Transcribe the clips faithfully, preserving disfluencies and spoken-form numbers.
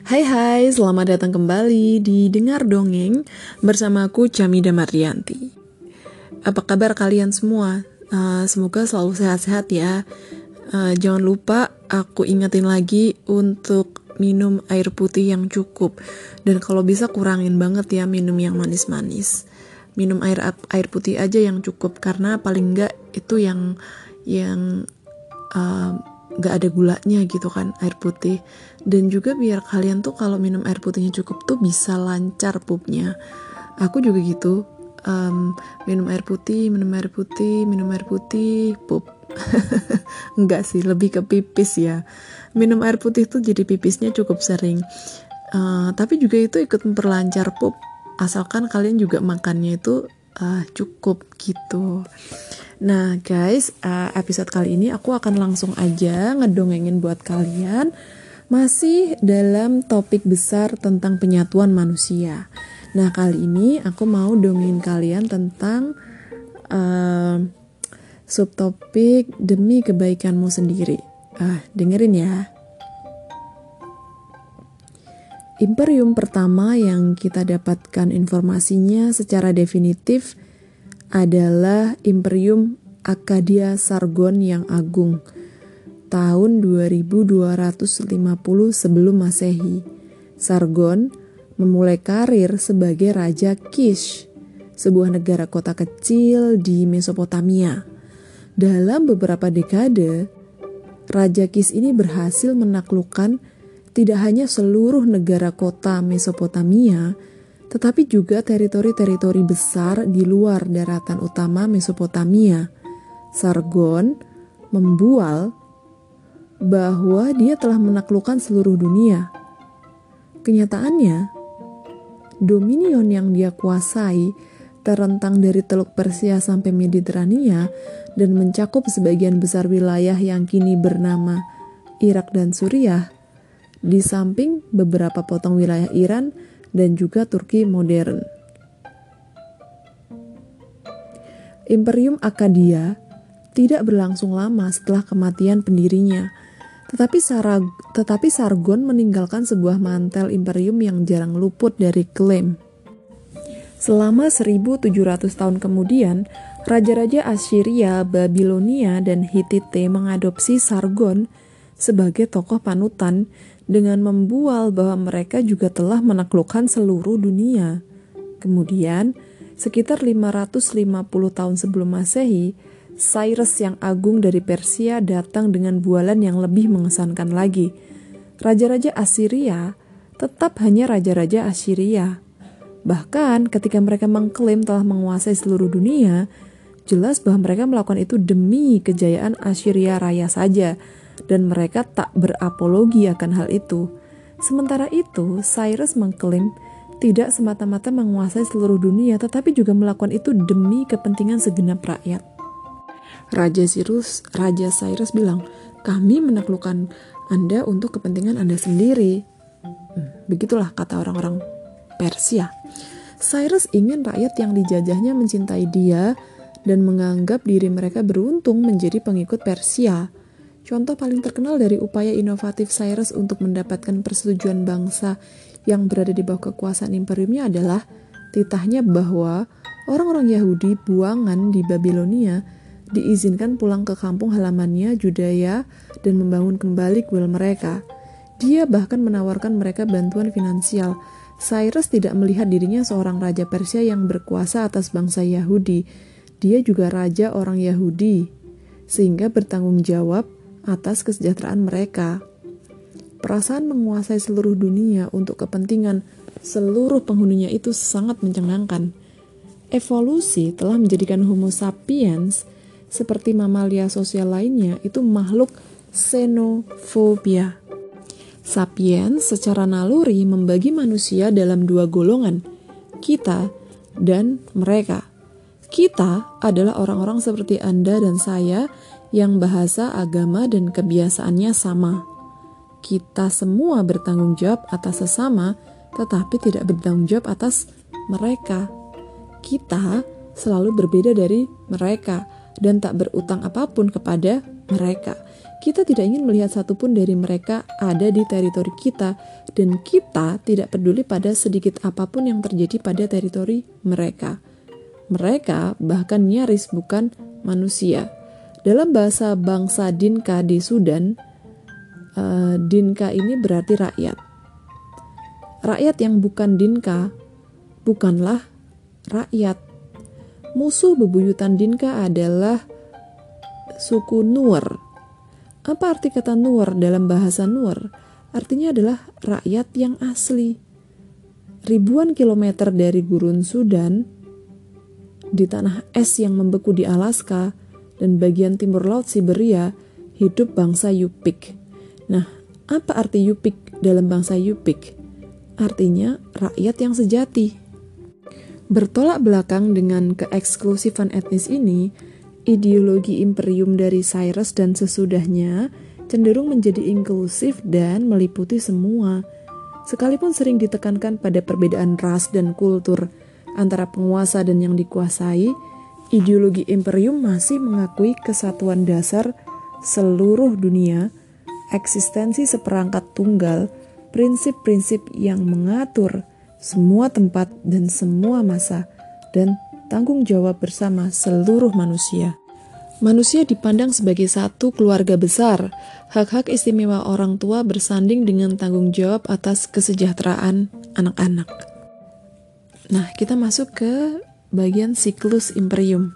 Hai hai, selamat datang kembali di Dengar Dongeng bersama aku Chamida Mardianti. Apa kabar kalian semua? Uh, semoga selalu sehat-sehat ya. Uh, jangan lupa aku ingetin lagi untuk minum air putih yang cukup. Dan kalau bisa kurangin banget ya minum yang manis-manis. Minum air air putih aja yang cukup, karena paling enggak itu yang yang uh, gak ada gulanya gitu kan, air putih. Dan juga biar kalian tuh kalau minum air putihnya cukup tuh bisa lancar pupnya. Aku juga gitu, um, minum air putih, minum air putih, minum air putih, pup. Enggak sih, lebih ke pipis ya. Minum air putih tuh jadi pipisnya cukup sering. Uh, tapi juga itu ikut memperlancar pup, asalkan kalian juga makannya itu uh, cukup gitu. Nah guys, uh, episode kali ini aku akan langsung aja ngedongengin buat kalian. Masih dalam topik besar tentang penyatuan manusia. Nah kali ini aku mau dongengin kalian tentang uh, subtopik demi kebaikanmu sendiri. Ah, dengerin ya. Imperium pertama yang kita dapatkan informasinya secara definitif adalah Imperium Akkadia Sargon yang Agung, tahun dua ribu dua ratus lima puluh sebelum Masehi. Sargon memulai karir sebagai Raja Kish, sebuah negara kota kecil di Mesopotamia. Dalam beberapa dekade, Raja Kish ini berhasil menaklukkan tidak hanya seluruh negara kota Mesopotamia, tetapi juga teritori-teritori besar di luar daratan utama Mesopotamia. Sargon membual bahwa dia telah menaklukkan seluruh dunia. Kenyataannya, dominion yang dia kuasai terentang dari Teluk Persia sampai Mediterania dan mencakup sebagian besar wilayah yang kini bernama Irak dan Suriah, di samping beberapa potong wilayah Iran dan juga Turki modern. Imperium Akkadia tidak berlangsung lama setelah kematian pendirinya, tetapi, Sarag, tetapi Sargon meninggalkan sebuah mantel imperium yang jarang luput dari klaim. Selama seribu tujuh ratus tahun kemudian, raja-raja Assyria, Babilonia, dan Hittite mengadopsi Sargon sebagai tokoh panutan dengan membual bahwa mereka juga telah menaklukkan seluruh dunia. Kemudian, sekitar lima ratus lima puluh tahun sebelum Masehi, Cyrus yang agung dari Persia datang dengan bualan yang lebih mengesankan lagi. Raja-raja Assyria tetap hanya raja-raja Assyria. Bahkan ketika mereka mengklaim telah menguasai seluruh dunia, jelas bahwa mereka melakukan itu demi kejayaan Assyria Raya saja, dan mereka tak berapologi akan hal itu. Sementara itu, Cyrus mengklaim tidak semata-mata menguasai seluruh dunia, tetapi juga melakukan itu demi kepentingan segenap rakyat. Raja Cyrus, Raja Cyrus bilang, kami menaklukkan Anda untuk kepentingan Anda sendiri. Hmm, begitulah kata orang-orang Persia. Cyrus ingin rakyat yang dijajahnya mencintai dia dan menganggap diri mereka beruntung menjadi pengikut Persia. Contoh paling terkenal dari upaya inovatif Cyrus untuk mendapatkan persetujuan bangsa yang berada di bawah kekuasaan imperiumnya adalah titahnya bahwa orang-orang Yahudi buangan di Babilonia diizinkan pulang ke kampung halamannya Judea dan membangun kembali kuil mereka. Dia bahkan menawarkan mereka bantuan finansial. Cyrus tidak melihat dirinya seorang raja Persia yang berkuasa atas bangsa Yahudi. Dia juga raja orang Yahudi, sehingga bertanggung jawab atas kesejahteraan mereka. Perasaan menguasai seluruh dunia untuk kepentingan seluruh penghuninya itu sangat mencengangkan. Evolusi telah menjadikan Homo sapiens seperti mamalia sosial lainnya itu makhluk xenofobia. Sapiens secara naluri membagi manusia dalam dua golongan, kita dan mereka. Kita adalah orang-orang seperti Anda dan saya yang bahasa, agama, dan kebiasaannya sama. Kita semua bertanggung jawab atas sesama, tetapi tidak bertanggung jawab atas mereka. Kita selalu berbeda dari mereka dan tak berutang apapun kepada mereka. Kita tidak ingin melihat satupun dari mereka ada di teritori kita, dan kita tidak peduli pada sedikit apapun yang terjadi pada teritori mereka. Mereka bahkan nyaris bukan manusia. Dalam bahasa bangsa Dinka di Sudan, uh, Dinka ini berarti rakyat. Rakyat yang bukan Dinka bukanlah rakyat. Musuh bebuyutan Dinka adalah suku Nuer. Apa arti kata Nuer dalam bahasa Nuer? Artinya adalah rakyat yang asli. Ribuan kilometer dari gurun Sudan, di tanah es yang membeku di Alaska, dan bagian timur laut Siberia, hidup bangsa Yupik. Nah, apa arti Yupik dalam bangsa Yupik? Artinya rakyat yang sejati. Bertolak belakang dengan keeksklusifan etnis ini, ideologi imperium dari Cyrus dan sesudahnya cenderung menjadi inklusif dan meliputi semua. Sekalipun sering ditekankan pada perbedaan ras dan kultur antara penguasa dan yang dikuasai, ideologi imperium masih mengakui kesatuan dasar seluruh dunia, eksistensi seperangkat tunggal, prinsip-prinsip yang mengatur semua tempat dan semua masa, dan tanggung jawab bersama seluruh manusia. Manusia dipandang sebagai satu keluarga besar. Hak-hak istimewa orang tua bersanding dengan tanggung jawab atas kesejahteraan anak-anak. Nah, kita masuk ke bagian siklus imperium.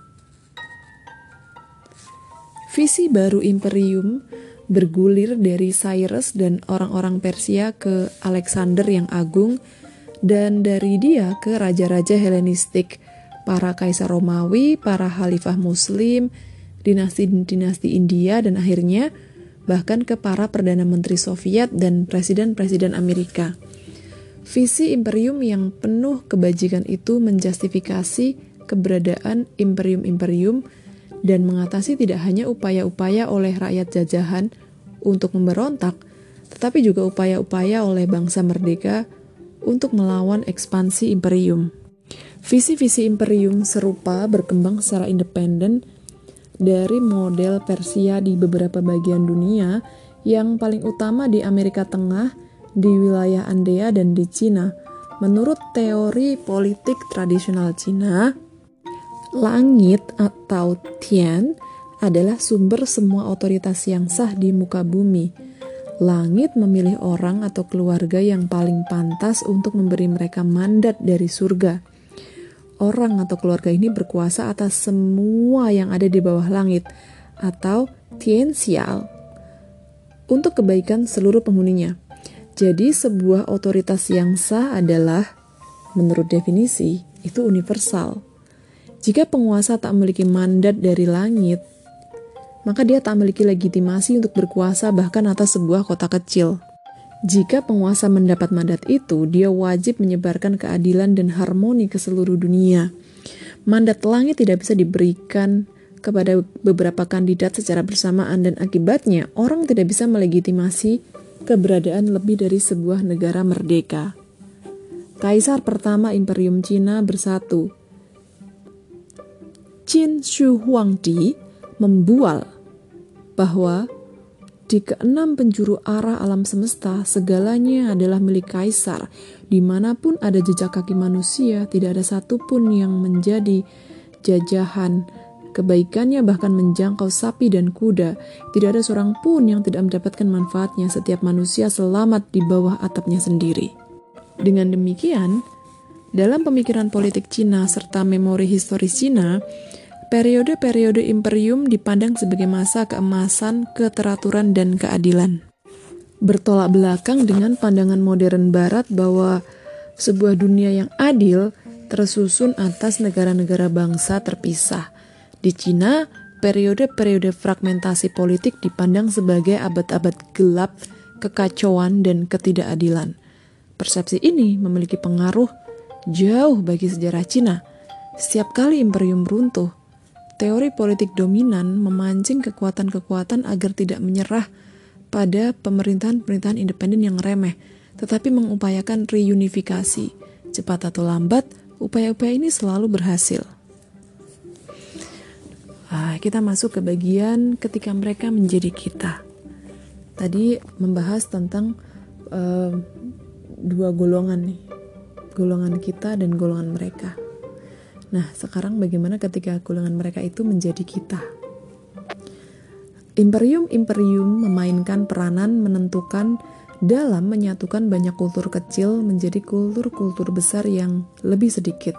Visi baru imperium bergulir dari Cyrus dan orang-orang Persia ke Alexander yang Agung, dan dari dia ke raja-raja Helenistik, para kaisar Romawi, para khalifah Muslim, dinasti-dinasti India, dan akhirnya bahkan ke para perdana menteri Soviet dan presiden-presiden Amerika. Visi imperium yang penuh kebajikan itu menjustifikasi keberadaan imperium-imperium dan mengatasi tidak hanya upaya-upaya oleh rakyat jajahan untuk memberontak, tetapi juga upaya-upaya oleh bangsa merdeka untuk melawan ekspansi imperium. Visi-visi imperium serupa berkembang secara independen dari model Persia di beberapa bagian dunia, yang paling utama di Amerika Tengah, di wilayah Andea, dan di Cina. Menurut teori politik tradisional Cina, langit atau Tian adalah sumber semua otoritas yang sah di muka bumi. Langit memilih orang atau keluarga yang paling pantas untuk memberi mereka mandat dari surga. Orang atau keluarga ini berkuasa atas semua yang ada di bawah langit, atau Tianxiao, untuk kebaikan seluruh penghuninya. Jadi sebuah otoritas yang sah adalah, menurut definisi, itu universal. Jika penguasa tak memiliki mandat dari langit, maka dia tak memiliki legitimasi untuk berkuasa bahkan atas sebuah kota kecil. Jika penguasa mendapat mandat itu, dia wajib menyebarkan keadilan dan harmoni ke seluruh dunia. Mandat langit tidak bisa diberikan kepada beberapa kandidat secara bersamaan, dan akibatnya orang tidak bisa melegitimasi keberadaan lebih dari sebuah negara merdeka. Kaisar pertama Imperium Cina bersatu, Qin Shi Huangdi, membual bahwa di keenam penjuru arah alam semesta, segalanya adalah milik kaisar. Dimanapun ada jejak kaki manusia, tidak ada satupun yang menjadi jajahan. Kebaikannya bahkan menjangkau sapi dan kuda. Tidak ada seorang pun yang tidak mendapatkan manfaatnya. Setiap manusia selamat di bawah atapnya sendiri. Dengan demikian, dalam pemikiran politik Cina serta memori historis Cina, periode-periode imperium dipandang sebagai masa keemasan, keteraturan, dan keadilan. Bertolak belakang dengan pandangan modern Barat bahwa sebuah dunia yang adil tersusun atas negara-negara bangsa terpisah. Di Cina, periode-periode fragmentasi politik dipandang sebagai abad-abad gelap, kekacauan, dan ketidakadilan. Persepsi ini memiliki pengaruh jauh bagi sejarah Cina. Setiap kali imperium runtuh, teori politik dominan memancing kekuatan-kekuatan agar tidak menyerah pada pemerintahan-pemerintahan independen yang remeh, tetapi mengupayakan reunifikasi. Cepat atau lambat, upaya-upaya ini selalu berhasil. Ah, kita masuk ke bagian ketika mereka menjadi kita. tadi membahas tentang uh, dua golongan nih, golongan kita dan golongan mereka. Nah, sekarang bagaimana ketika golongan mereka itu menjadi kita? Imperium-imperium memainkan peranan menentukan dalam menyatukan banyak kultur kecil menjadi kultur-kultur besar yang lebih sedikit.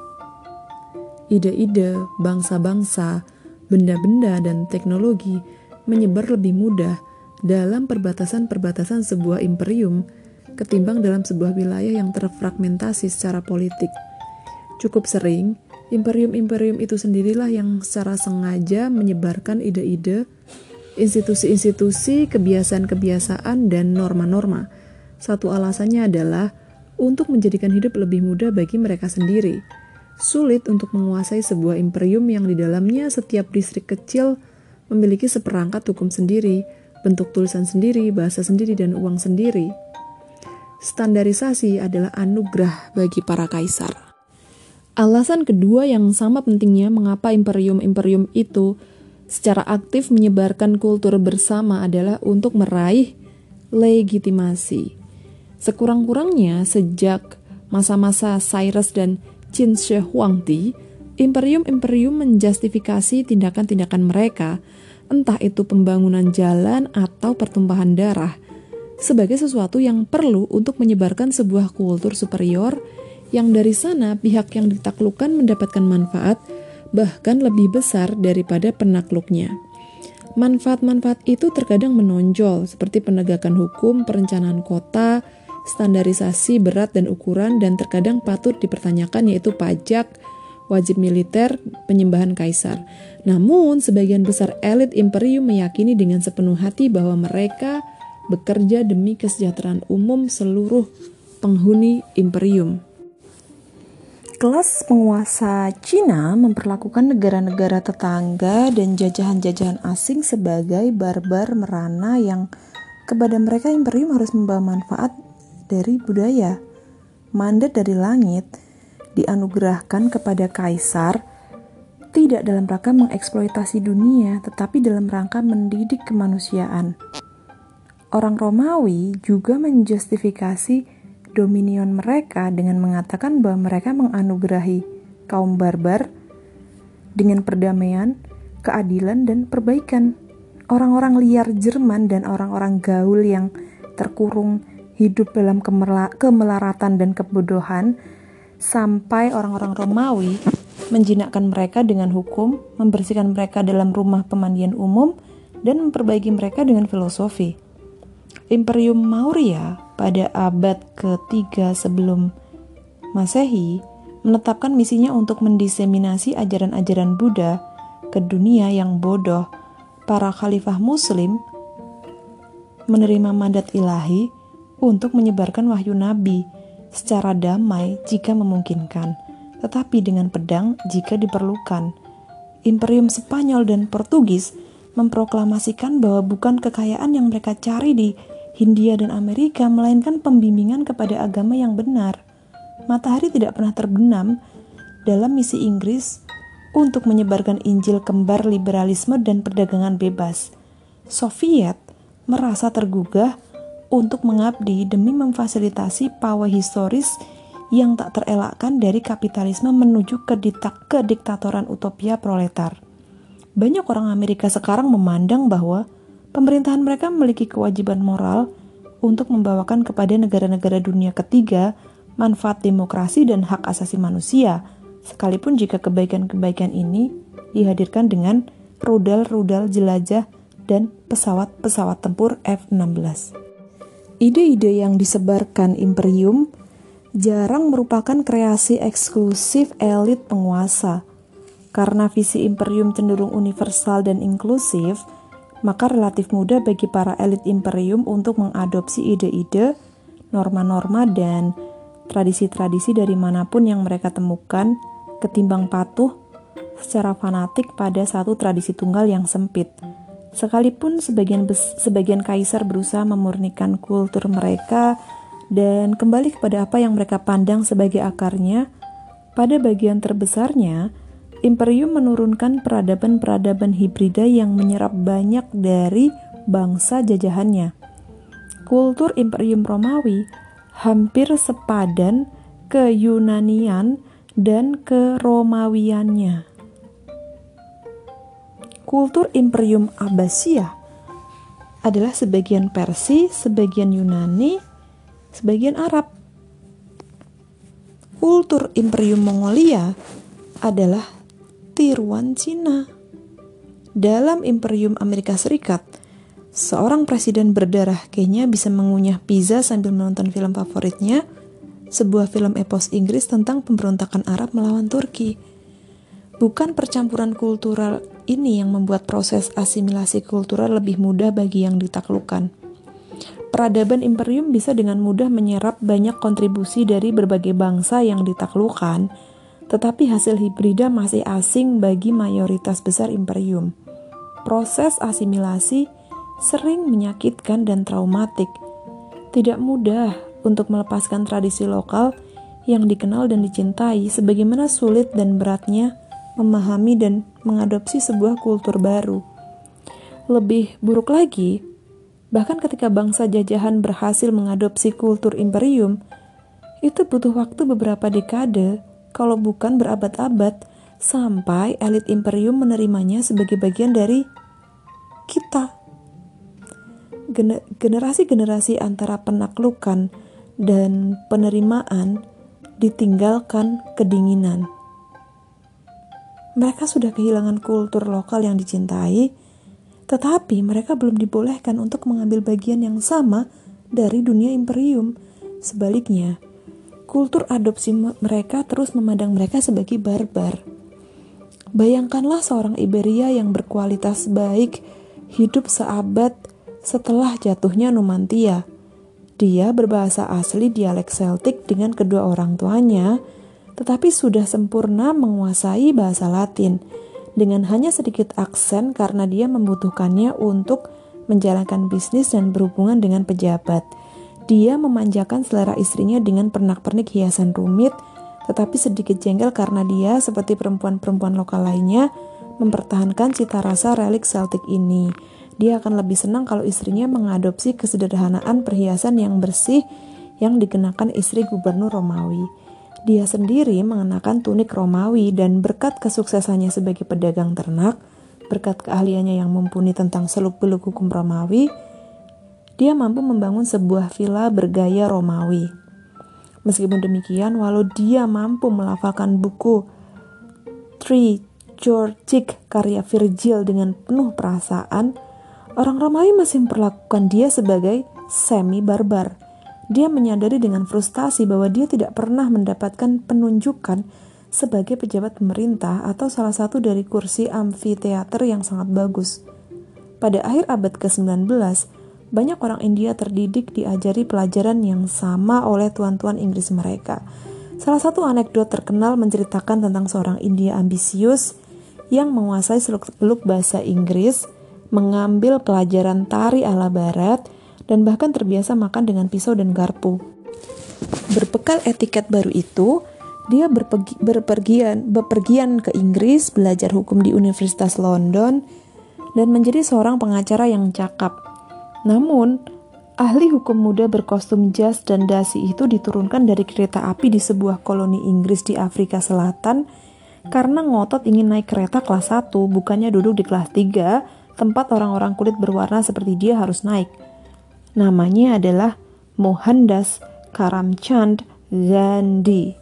Ide-ide, bangsa-bangsa, benda-benda, dan teknologi menyebar lebih mudah dalam perbatasan-perbatasan sebuah imperium ketimbang dalam sebuah wilayah yang terfragmentasi secara politik. Cukup sering, imperium-imperium itu sendirilah yang secara sengaja menyebarkan ide-ide, institusi-institusi, kebiasaan-kebiasaan, dan norma-norma. Satu alasannya adalah untuk menjadikan hidup lebih mudah bagi mereka sendiri. Sulit untuk menguasai sebuah imperium yang di dalamnya setiap distrik kecil memiliki seperangkat hukum sendiri, bentuk tulisan sendiri, bahasa sendiri, dan uang sendiri. Standarisasi adalah anugerah bagi para kaisar. Alasan kedua yang sama pentingnya mengapa imperium-imperium itu secara aktif menyebarkan kultur bersama adalah untuk meraih legitimasi. Sekurang-kurangnya sejak masa-masa Cyrus dan Qin Shi Huangdi, imperium-imperium menjustifikasi tindakan-tindakan mereka, entah itu pembangunan jalan atau pertumpahan darah, sebagai sesuatu yang perlu untuk menyebarkan sebuah kultur superior yang dari sana pihak yang ditaklukkan mendapatkan manfaat bahkan lebih besar daripada penakluknya. Manfaat-manfaat itu terkadang menonjol seperti penegakan hukum, perencanaan kota, standarisasi berat dan ukuran, dan terkadang patut dipertanyakan yaitu pajak, wajib militer, penyembahan kaisar. Namun sebagian besar elit imperium meyakini dengan sepenuh hati bahwa mereka bekerja demi kesejahteraan umum seluruh penghuni imperium. Kelas penguasa Cina memperlakukan negara-negara tetangga dan jajahan-jajahan asing sebagai barbar merana yang kepada mereka imperium harus membawa manfaat dari budaya. Mandat dari langit dianugerahkan kepada kaisar tidak dalam rangka mengeksploitasi dunia, tetapi dalam rangka mendidik kemanusiaan. Orang Romawi juga menjustifikasi dominion mereka dengan mengatakan bahwa mereka menganugerahi kaum barbar dengan perdamaian, keadilan, dan perbaikan. Orang-orang liar Jerman dan orang-orang gaul yang terkurung hidup dalam kemela- kemelaratan dan kebodohan, sampai orang-orang Romawi menjinakkan mereka dengan hukum, membersihkan mereka dalam rumah pemandian umum, dan memperbaiki mereka dengan filosofi. Imperium Maurya pada abad ketiga sebelum Masehi menetapkan misinya untuk mendiseminasi ajaran-ajaran Buddha ke dunia yang bodoh. Para khalifah muslim menerima mandat ilahi untuk menyebarkan wahyu nabi secara damai jika memungkinkan, tetapi dengan pedang jika diperlukan. Imperium Spanyol dan Portugis memproklamasikan bahwa bukan kekayaan yang mereka cari di Hindia dan Amerika, melainkan pembimbingan kepada agama yang benar. Matahari tidak pernah terbenam dalam misi Inggris untuk menyebarkan Injil kembar liberalisme dan perdagangan bebas. Soviet merasa tergugah untuk mengabdi demi memfasilitasi pawai historis yang tak terelakkan dari kapitalisme menuju ke dikta- kediktatoran utopia proletar. Banyak orang Amerika sekarang memandang bahwa pemerintahan mereka memiliki kewajiban moral untuk membawakan kepada negara-negara dunia ketiga manfaat demokrasi dan hak asasi manusia, sekalipun jika kebaikan-kebaikan ini dihadirkan dengan rudal-rudal jelajah dan pesawat-pesawat tempur F enam belas. Ide-ide yang disebarkan imperium jarang merupakan kreasi eksklusif elit penguasa. Karena visi imperium cenderung universal dan inklusif, maka relatif mudah bagi para elit imperium untuk mengadopsi ide-ide, norma-norma, dan tradisi-tradisi dari manapun yang mereka temukan, ketimbang patuh secara fanatik pada satu tradisi tunggal yang sempit. Sekalipun sebagian, bes- sebagian kaisar berusaha memurnikan kultur mereka dan kembali kepada apa yang mereka pandang sebagai akarnya, pada bagian terbesarnya, imperium menurunkan peradaban-peradaban hibrida yang menyerap banyak dari bangsa jajahannya. kultur Imperium Romawi hampir sepadan ke-Yunanian dan ke-Romawiannya. Kultur Imperium Abbasiyah adalah sebagian Persia, sebagian Yunani, sebagian Arab. Kultur Imperium Mongolia adalah tiruan Cina. Dalam Imperium Amerika Serikat, seorang presiden berdarah Kenya bisa mengunyah pizza sambil menonton film favoritnya, sebuah film epos Inggris tentang pemberontakan Arab melawan Turki. Bukan percampuran kultural ini yang membuat proses asimilasi kultural lebih mudah bagi yang ditaklukkan. Peradaban imperium bisa dengan mudah menyerap banyak kontribusi dari berbagai bangsa yang ditaklukkan, tetapi hasil hibrida masih asing bagi mayoritas besar imperium. Proses asimilasi sering menyakitkan dan traumatik. Tidak mudah untuk melepaskan tradisi lokal yang dikenal dan dicintai, sebagaimana sulit dan beratnya memahami dan mengadopsi sebuah kultur baru. Lebih buruk lagi, bahkan ketika bangsa jajahan berhasil mengadopsi kultur imperium, itu butuh waktu beberapa dekade, kalau bukan berabad-abad, sampai elit imperium menerimanya sebagai bagian dari kita. Generasi-generasi antara penaklukan dan penerimaan ditinggalkan kedinginan. Mereka sudah kehilangan kultur lokal yang dicintai, tetapi mereka belum dibolehkan untuk mengambil bagian yang sama dari dunia imperium. Sebaliknya, kultur adopsi mereka terus memandang mereka sebagai barbar. Bayangkanlah seorang Iberia yang berkualitas baik hidup seabad setelah jatuhnya Numantia. Dia berbahasa asli dialek Celtic dengan kedua orang tuanya, tetapi sudah sempurna menguasai bahasa Latin dengan hanya sedikit aksen karena dia membutuhkannya untuk menjalankan bisnis dan berhubungan dengan pejabat. Dia memanjakan selera istrinya dengan pernak-pernik hiasan rumit, tetapi sedikit jengkel karena dia, seperti perempuan-perempuan lokal lainnya, mempertahankan cita rasa relik Celtic ini. Dia akan lebih senang kalau istrinya mengadopsi kesederhanaan perhiasan yang bersih yang dikenakan istri gubernur Romawi. Dia sendiri mengenakan tunik Romawi, dan berkat kesuksesannya sebagai pedagang ternak, berkat keahliannya yang mumpuni tentang seluk-beluk hukum Romawi, dia mampu membangun sebuah villa bergaya Romawi. Meskipun demikian, walau dia mampu melafalkan buku Tri Georgic karya Virgil dengan penuh perasaan, orang Romawi masih memperlakukan dia sebagai semi-barbar. Dia menyadari dengan frustasi bahwa dia tidak pernah mendapatkan penunjukan sebagai pejabat pemerintah atau salah satu dari kursi amfiteater yang sangat bagus. Pada akhir abad kesembilan belas, banyak orang India terdidik diajari pelajaran yang sama oleh tuan-tuan Inggris mereka. Salah satu anekdot terkenal menceritakan tentang seorang India ambisius yang menguasai seluk-beluk bahasa Inggris, mengambil pelajaran tari ala barat, dan bahkan terbiasa makan dengan pisau dan garpu. Berbekal etiket baru itu, dia berpergi, berpergian, berpergian ke Inggris, belajar hukum di Universitas London, dan menjadi seorang pengacara yang cakap. Namun, ahli hukum muda berkostum jas dan dasi itu diturunkan dari kereta api di sebuah koloni Inggris di Afrika Selatan karena ngotot ingin naik kereta kelas satu, bukannya duduk di kelas tiga, tempat orang-orang kulit berwarna seperti dia harus naik. Namanya adalah Mohandas Karamchand Gandhi,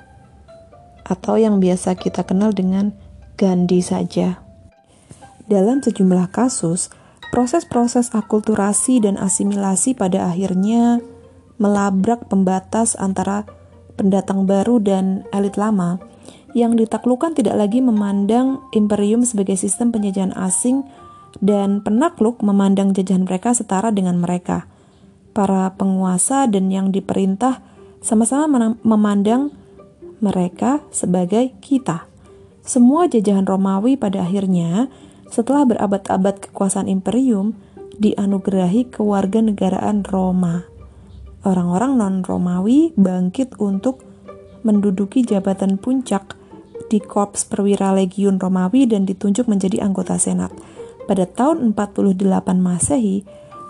atau yang biasa kita kenal dengan Gandhi saja. Dalam sejumlah kasus, proses-proses akulturasi dan asimilasi pada akhirnya melabrak pembatas antara pendatang baru dan elit lama. Yang ditaklukkan tidak lagi memandang imperium sebagai sistem penjajahan asing, dan penakluk memandang jajahan mereka setara dengan mereka. Para penguasa dan yang diperintah sama-sama memandang mereka sebagai kita. Semua jajahan Romawi pada akhirnya, setelah berabad-abad kekuasaan imperium, dianugerahi kewarganegaraan Roma. Orang-orang non-Romawi bangkit untuk menduduki jabatan puncak di Korps Perwira Legiun Romawi dan ditunjuk menjadi anggota Senat. Pada tahun empat puluh delapan Masehi,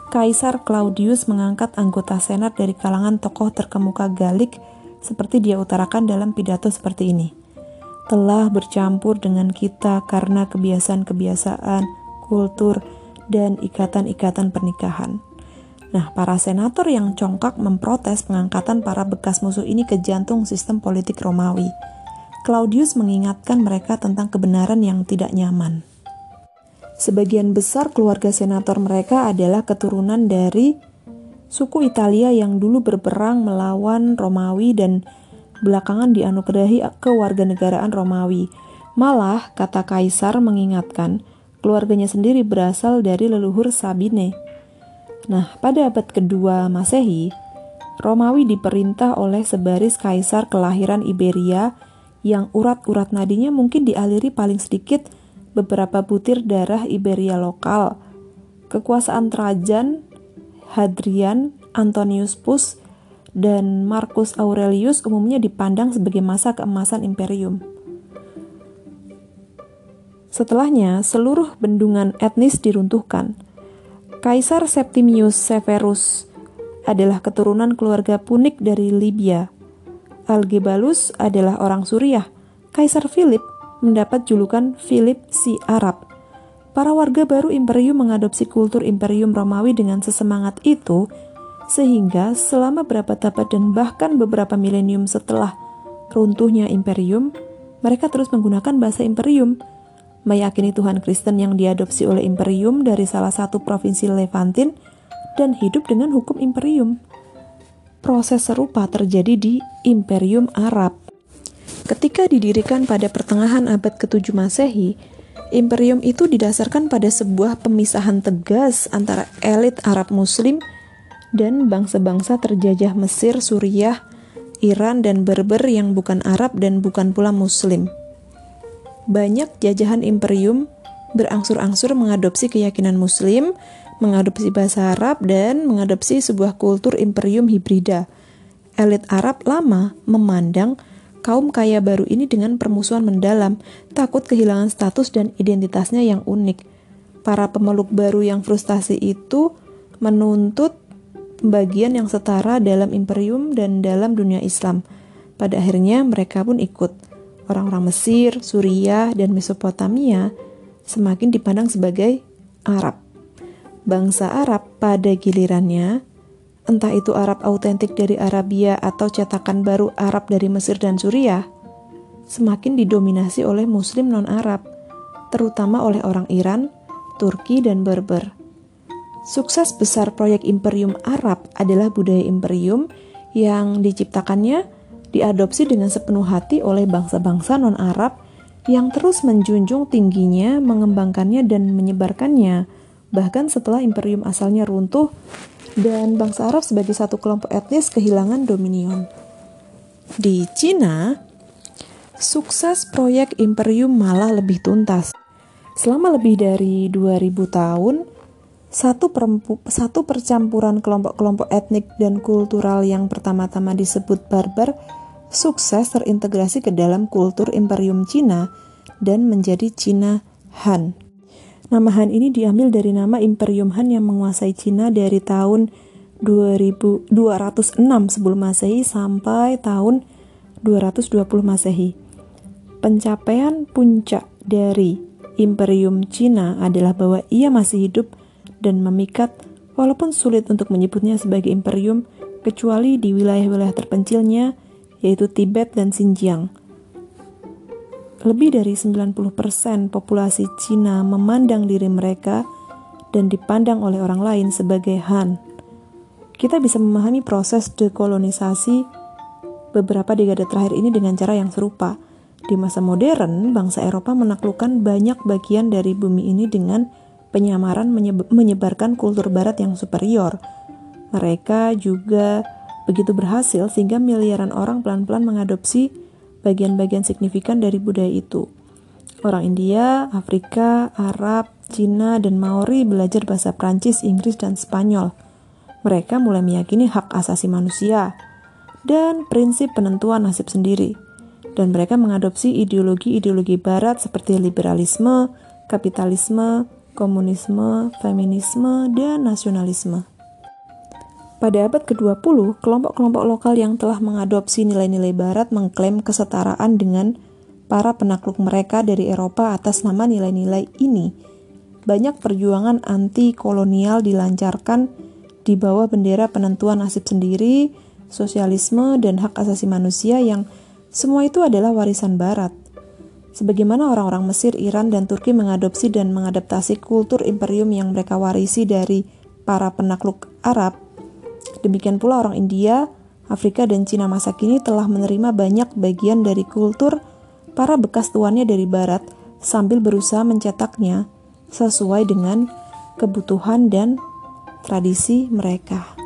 Kaisar Claudius mengangkat anggota senat dari kalangan tokoh terkemuka Galik seperti dia utarakan dalam pidato seperti ini. Telah bercampur dengan kita karena kebiasaan-kebiasaan, kultur, dan ikatan-ikatan pernikahan. Nah, para senator yang congkak memprotes pengangkatan para bekas musuh ini ke jantung sistem politik Romawi. Claudius mengingatkan mereka tentang kebenaran yang tidak nyaman. Sebagian besar keluarga senator mereka adalah keturunan dari suku Italia yang dulu berperang melawan Romawi dan belakangan dianugerahi kewarganegaraan Romawi. Malah, kata Kaisar mengingatkan, keluarganya sendiri berasal dari leluhur Sabine. Nah, pada abad kedua Masehi, Romawi diperintah oleh sebaris kaisar kelahiran Iberia yang urat-urat nadinya mungkin dialiri paling sedikit beberapa butir darah Iberia lokal. Kekuasaan Trajan, Hadrian, Antonius Pus, dan Marcus Aurelius umumnya dipandang sebagai masa keemasan imperium. Setelahnya, seluruh bendungan etnis diruntuhkan. Kaisar Septimius Severus adalah keturunan keluarga Punik dari Libya. Algebalus adalah orang Suriah. Kaisar Philip mendapat julukan Philip si Arab. Para warga baru imperium mengadopsi kultur imperium Romawi dengan sesemangat itu, sehingga selama berabad-abad dan bahkan beberapa milenium setelah runtuhnya imperium, mereka terus menggunakan bahasa imperium, meyakini Tuhan Kristen yang diadopsi oleh imperium dari salah satu provinsi Levantin, dan hidup dengan hukum imperium. Proses serupa terjadi di Imperium Arab. Ketika didirikan pada pertengahan abad ketujuh Masehi, imperium itu didasarkan pada sebuah pemisahan tegas antara elit Arab Muslim dan bangsa-bangsa terjajah Mesir, Suriah, Iran, dan Berber yang bukan Arab dan bukan pula Muslim. Banyak jajahan imperium berangsur-angsur mengadopsi keyakinan Muslim, mengadopsi bahasa Arab, dan mengadopsi sebuah kultur imperium hibrida. Elit Arab lama memandang kaum kaya baru ini dengan permusuhan mendalam, takut kehilangan status dan identitasnya yang unik. Para pemeluk baru yang frustasi itu menuntut pembagian yang setara dalam imperium dan dalam dunia Islam. Pada akhirnya mereka pun ikut. Orang-orang Mesir, Suriah, dan Mesopotamia semakin dipandang sebagai Arab. Bangsa Arab pada gilirannya, entah itu Arab autentik dari Arabia atau cetakan baru Arab dari Mesir dan Suriah, semakin didominasi oleh Muslim non-Arab, terutama oleh orang Iran, Turki, dan Berber. Sukses besar proyek Imperium Arab adalah budaya imperium yang diciptakannya diadopsi dengan sepenuh hati oleh bangsa-bangsa non-Arab yang terus menjunjung tingginya, mengembangkannya, dan menyebarkannya, bahkan setelah imperium asalnya runtuh dan bangsa Arab sebagai satu kelompok etnis kehilangan dominion. Di Cina, sukses proyek imperium malah lebih tuntas. Selama lebih dari dua ribu tahun, satu, perempu, satu percampuran kelompok-kelompok etnik dan kultural yang pertama-tama disebut barbar sukses terintegrasi ke dalam kultur imperium Cina dan menjadi Cina Han. Nama Han ini diambil dari nama Imperium Han yang menguasai Cina dari tahun dua ribu dua ratus enam sebelum Masehi sampai tahun dua ratus dua puluh Masehi. Pencapaian puncak dari Imperium Cina adalah bahwa ia masih hidup dan memikat, walaupun sulit untuk menyebutnya sebagai imperium kecuali di wilayah-wilayah terpencilnya, yaitu Tibet dan Xinjiang. Lebih dari sembilan puluh persen populasi Cina memandang diri mereka dan dipandang oleh orang lain sebagai Han. Kita bisa memahami proses dekolonisasi beberapa dekade terakhir ini dengan cara yang serupa. Di masa modern, bangsa Eropa menaklukkan banyak bagian dari bumi ini dengan penyamaran menyebarkan kultur barat yang superior. Mereka juga begitu berhasil sehingga miliaran orang pelan-pelan mengadopsi bagian-bagian signifikan dari budaya itu. Orang India, Afrika, Arab, Cina, dan Maori belajar bahasa Prancis, Inggris, dan Spanyol. Mereka mulai meyakini hak asasi manusia dan prinsip penentuan nasib sendiri. Dan mereka mengadopsi ideologi-ideologi barat seperti liberalisme, kapitalisme, komunisme, feminisme, dan nasionalisme. Pada abad kedua puluh, kelompok-kelompok lokal yang telah mengadopsi nilai-nilai Barat mengklaim kesetaraan dengan para penakluk mereka dari Eropa atas nama nilai-nilai ini. Banyak perjuangan anti-kolonial dilancarkan di bawah bendera penentuan nasib sendiri, sosialisme, dan hak asasi manusia yang semua itu adalah warisan Barat. Sebagaimana orang-orang Mesir, Iran, dan Turki mengadopsi dan mengadaptasi kultur imperium yang mereka warisi dari para penakluk Arab, demikian pula orang India, Afrika, dan Cina masa kini telah menerima banyak bagian dari kultur para bekas tuannya dari Barat sambil berusaha mencetaknya sesuai dengan kebutuhan dan tradisi mereka.